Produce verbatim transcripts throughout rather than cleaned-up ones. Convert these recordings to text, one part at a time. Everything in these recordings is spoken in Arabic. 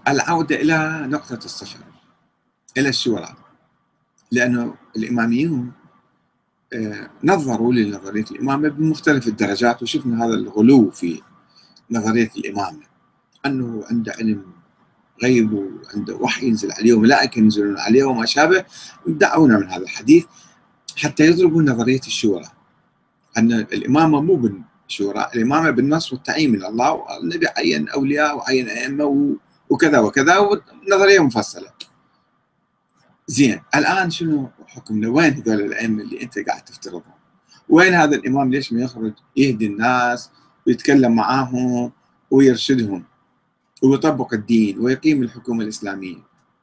العودة إلى نقطة الصفر، إلى الشورى، لأنه الإماميون آه، نظروا لنظرية الإمامة بمختلف الدرجات، وشفنا هذا الغلو في نظرية الإمامة، أنه عنده علم غيب وعنده وحي ينزل عليه وملائكة ينزلون عليه وما شابه. دعونا من هذا الحديث حتى يضربوا نظرية الشورى، أن الإمامة مو بالشورى، الإمامة بالنص والتعيين من الله، والنبي عين أولياء وعين أئمة وكذا وكذا، ونظرية مفصلة. زين، الآن شنو حكمنا؟ وين هذول الأئمة اللي أنت قاعد تفترضهم؟ وين هذا الإمام؟ ليش ما يخرج يهدي الناس ويتكلم معاهم ويرشدهم ويطبق الدين ويقيم الحكومة الإسلامية؟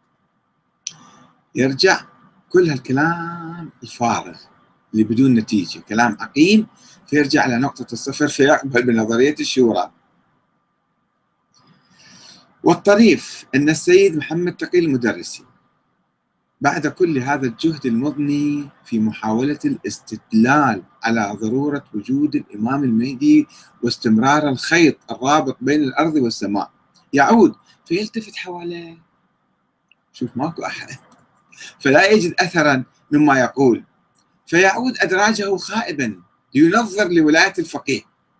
يرجع كل هالكلام الفارغ اللي بدون نتيجة، كلام عقيم، فيرجع على نقطة الصفر فيقبل بنظرية الشورى. والطريف أن السيد محمد تقي المدرسي بعد كل هذا الجهد المضني في محاولة الاستدلال على ضرورة وجود الإمام المهدي واستمرار الخيط الرابط بين الأرض والسماء، يعود فيلتفت حواليه، شوف ماكو أحد، فلا يجد أثرا مما يقول، فيعود أدراجه خائبا لينظر لولاية الفقيه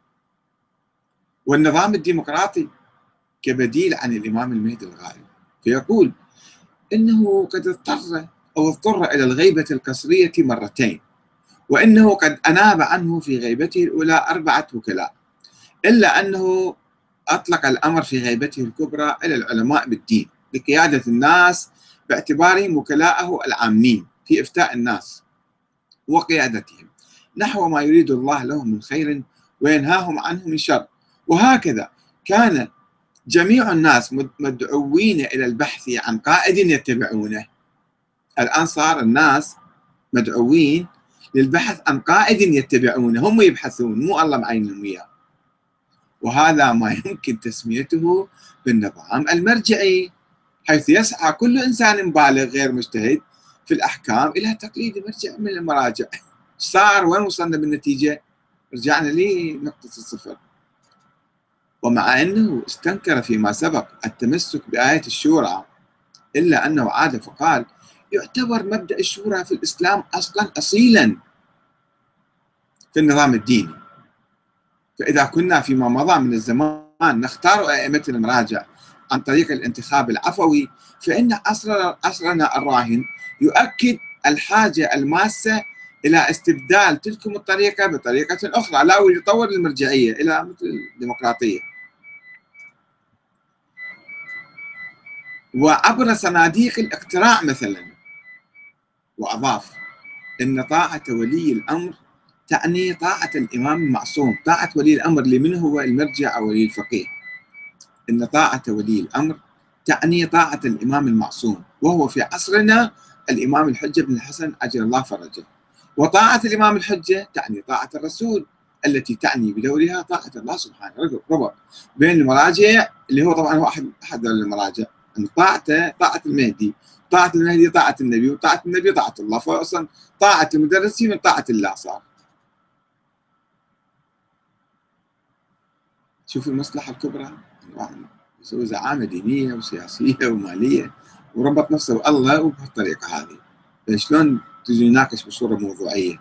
والنظام الديمقراطي كبديل عن الإمام المهدي الغائب، فيقول إنه قد اضطر أو اضطر إلى الغيبة القصرية مرتين، وإنه قد أناب عنه في غيبته الأولى أربعة وكلاء، إلا أنه أطلق الأمر في غيبته الكبرى إلى العلماء بالدين لقيادة الناس باعتبارهم وكلاءه العامين في إفتاء الناس وقيادتهم نحو ما يريد الله لهم من خير وينهاهم عنه من شر. وهكذا كان جميع الناس مدعوين إلى البحث عن قائد يتبعونه. الآن صار الناس مدعوين للبحث عن قائد يتبعونه، هم يبحثون، مو الله معينهم إياه. وهذا ما يمكن تسميته بالنظام المرجعي، حيث يسعى كل إنسان بالغ غير مجتهد في الأحكام إلى تقليد مرجع من المراجع. صار وين وصلنا بالنتيجة؟ رجعنا لنقطة الصفر. ومع أنه استنكر فيما سبق التمسك بآية الشورى، إلا أنه عاد فقال يعتبر مبدأ الشورى في الإسلام أصلا أصيلا في النظام الديني، فإذا كنا فيما مضى من الزمان نختار أئمة المراجع عن طريق الانتخاب العفوي، فإن عصرنا, عصرنا الراهن يؤكد الحاجة الماسة إلى استبدال تلك الطريقة بطريقة أخرى، لا ويطور المرجعية إلى مثل الديمقراطية. وعبر صناديق الاقتراع مثلا. وأضاف إن طاعة ولي الأمر تعني طاعة الإمام المعصوم، طاعة ولي الأمر لمن هو المرجع أو ولي الفقيه. إن طاعة ولي الأمر تعني طاعة الإمام المعصوم، وهو في عصرنا الإمام الحجة بن الحسن عجل الله فرجه. وطاعة الإمام الحجة تعني طاعة الرسول، التي تعني بدورها طاعة الله سبحانه. ربط بين المراجع اللي هو طبعا هو أحد أحد المراجع، أن طاعته طاعة المهدي، طاعة المهدي طاعة النبي، وطاعة النبي طاعة الله، فأصلا طاعة المدرسين من طاعة الله صار. شوفوا المصلحة الكبرى، يسوي زعامة دينية وسياسية ومالية وربط نفسه بالله وبهالطريقة هذه، فشلون تجي نناقش بصورة موضوعية؟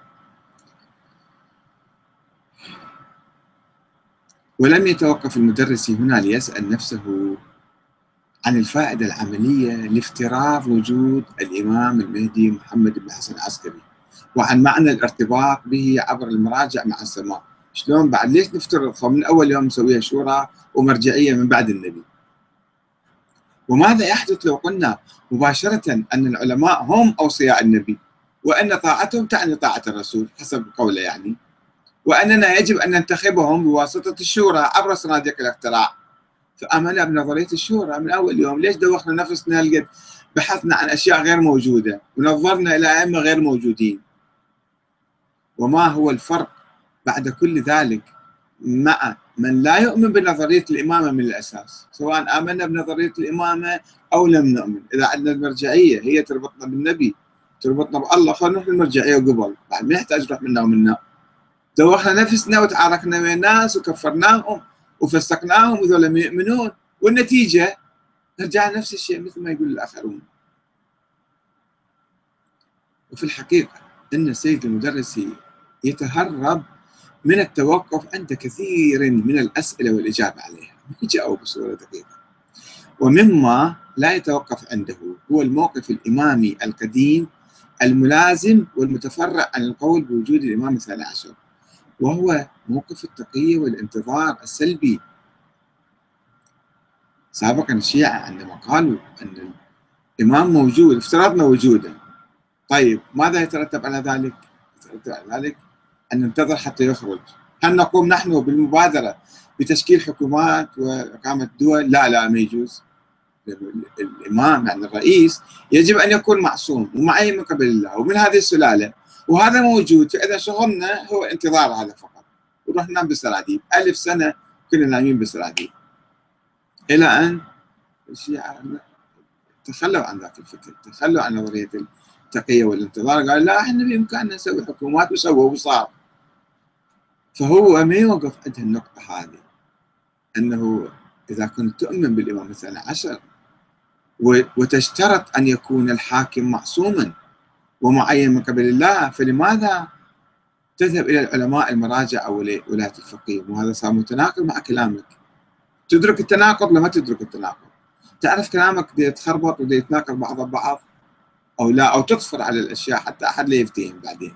ولم يتوقف المدرسي هنا ليسأل نفسه عن الفائدة العملية لافتراض وجود الإمام المهدي محمد بن الحسن العسكري، وعن معنى الارتباط به عبر المراجع مع السماء. شلون بعد؟ ليش نفترض من أول يوم نسويها شورى ومرجعية من بعد النبي؟ وماذا يحدث لو قلنا مباشرة أن العلماء هم أوصياء النبي، وأن طاعتهم تعني طاعة الرسول حسب قوله يعني، وأننا يجب أن ننتخبهم بواسطة الشورى عبر صناديق الاقتراع؟ فآمنا بنظرية الشورى من أول يوم. ليش دوخنا نفسنا هالقد؟ بحثنا عن أشياء غير موجودة ونظرنا إلى أئمة غير موجودين. وما هو الفرق بعد كل ذلك مع من لا يؤمن بنظرية الإمامة من الأساس، سواء آمنا بنظرية الإمامة أو لم نؤمن؟ إذا عندنا المرجعية هي تربطنا بالنبي، تربطنا بالله، خلينا نروح المرجعية قبل، بعد ما يحتاج نروح منا ومنا. دوخنا نفسنا وتعاركنا ويا الناس وكفرناهم وفسقناهم وذولا يؤمنون، والنتيجة نرجع نفس الشيء مثل ما يقول الآخرون. وفي الحقيقة أن السيد المدرسي يتهرب من التوقف عند كثير من الأسئلة والإجابة عليها، ما يجاوب بصورة دقيقة. ومما لا يتوقف عنده هو الموقف الإمامي القديم الملازم والمتفرع عن القول بوجود الإمام الثاني عشر، وهو موقف التقية والانتظار السلبي. سابقا الشيعة عندما قالوا أن الإمام موجود، افترضنا وجوده، طيب ماذا يترتب على ذلك؟ يترتب على ذلك أن ننتظر حتى يخرج. هل نقوم نحن بالمبادرة بتشكيل حكومات وإقامة دول؟ لا لا، ما يجوز. الإمام يعني الرئيس يجب أن يكون معصوم ومعين من قبل الله ومن هذه السلالة، وهذا موجود. فإذا شغلنا هو انتظار هذا فقط، ونروح ننام بالسراديب. ألف سنة كنا نايمين بالسراديب، إلى أن الشيعة تخلوا عن ذاك الفكر، تخلوا عن نظرية التقية والانتظار، قال لا احنا بإمكاننا نسوي حكومات، وسووا وصار. فهو ما يوقف عند النقطة هذه، أنه إذا كنت تؤمن بالإمام الثاني عشر وتشترط أن يكون الحاكم معصوما ومعين من قبل الله، فلماذا تذهب إلى العلماء المراجع أو ولاة الفقيه؟ وهذا صار متناقض مع كلامك. تدرك التناقض لما تدرك التناقض، تعرف كلامك دي يتخربط ودي يتناقض بعض ببعض أو لا، أو تطفر على الأشياء حتى أحد لا يفتهم بعدين.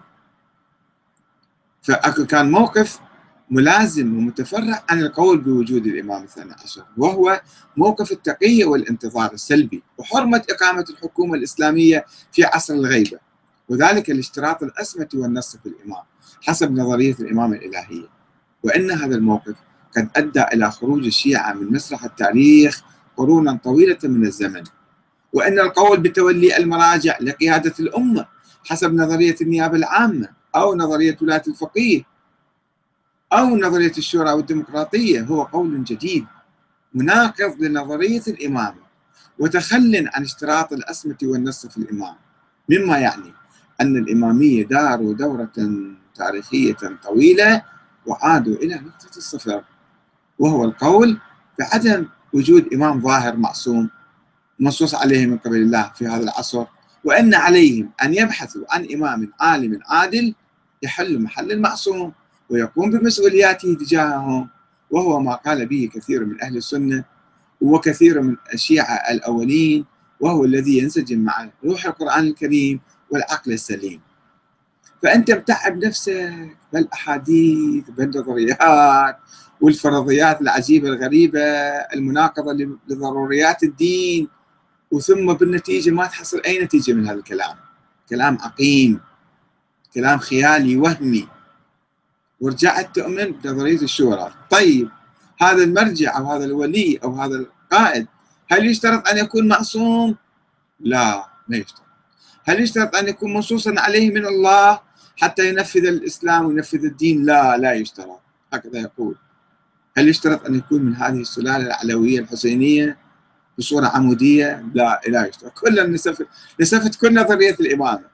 فكان موقف ملازم ومتفرع عن القول بوجود الإمام الثاني عشر، وهو موقف التقية والانتظار السلبي وحرمة إقامة الحكومة الإسلامية في عصر الغيبة، وذلك لاشتراط الأسمة والنص في الإمام حسب نظرية الإمامة الإلهية. وإن هذا الموقف قد أدى إلى خروج الشيعة من مسرح التاريخ قرونا طويلة من الزمن، وإن القول بتولي المراجع لقيادة الأمة حسب نظرية النيابة العامة أو نظرية ولاة الفقيه أو نظرية الشورى والديمقراطية هو قول جديد مناقض لنظرية الإمامة، وتخل عن اشتراط الأسمة والنص في الإمام، مما يعني أن الإمامية داروا دورة تاريخية طويلة وعادوا إلى نقطة الصفر، وهو القول بعدم وجود إمام ظاهر معصوم منصوص عليه من قبل الله في هذا العصر، وأن عليهم أن يبحثوا عن إمام عالم عادل يحل محل المعصوم ويقوم بمسؤولياته تجاههم، وهو ما قال به كثير من أهل السنة وكثير من الشيعة الأولين، وهو الذي ينسجم مع روح القرآن الكريم والعقل السليم. فأنت متعب نفسك بالأحاديث بالنظريات والفرضيات العجيبة الغريبة المناقضة لضروريات الدين، وثم بالنتيجة ما تحصل أي نتيجة من هذا الكلام. كلام عقيم، كلام خيالي وهمي، ورجعت تؤمن بنظرية الشورى. طيب هذا المرجع أو هذا الولي أو هذا القائد هل يشترط أن يكون معصوم؟ لا، ما يشترط. هل يشترط أن يكون منصوصا عليه من الله حتى ينفذ الإسلام وينفذ الدين؟ لا، لا يشترط. هكذا يقول. هل يشترط أن يكون من هذه السلالة العلوية الحسينية بصورة عمودية؟ لا، لا يشترط. كلنا نسفت نسفت كل نظرية الإمامة،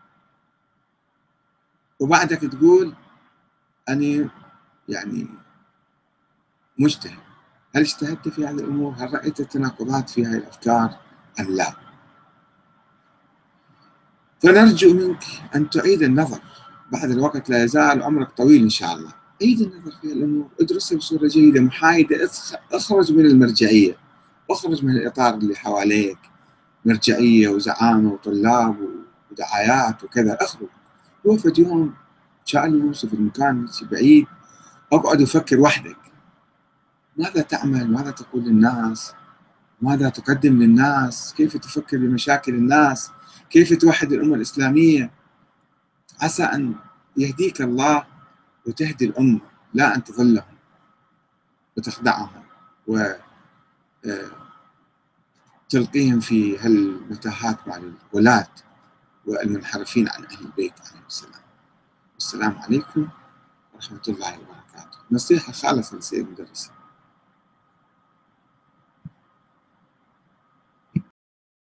وبعدك تقول أني يعني مجتهد. هل اجتهدت في هذه الأمور؟ هل رأيت التناقضات في هذه الأفكار أم لا؟ فنرجو منك أن تعيد النظر. بعد الوقت لا يزال عمرك طويل إن شاء الله. عيد النظر في الأمور، ادرسها بصورة جيدة محايدة، اخرج من المرجعية، اخرج من الإطار اللي حواليك، مرجعية وزعامة وطلاب ودعايات وكذا. اخرج، وقف يوم جالس في المكان بعيد، اقعد وفكر وحدك. ماذا تعمل؟ ماذا تقول للناس؟ ماذا تقدم للناس؟ كيف تفكر بمشاكل الناس؟ كيف توحد الأمة الإسلامية؟ عسى أن يهديك الله وتهدي الأمة، لا أن تضلهم وتخدعهم وتلقيهم في هالمتاهات مع الولاة والمنحرفين عن أهل البيت عليهم السلام. السلام عليكم ورحمة الله وبركاته. نصيحة خالصة للسيد المدرس.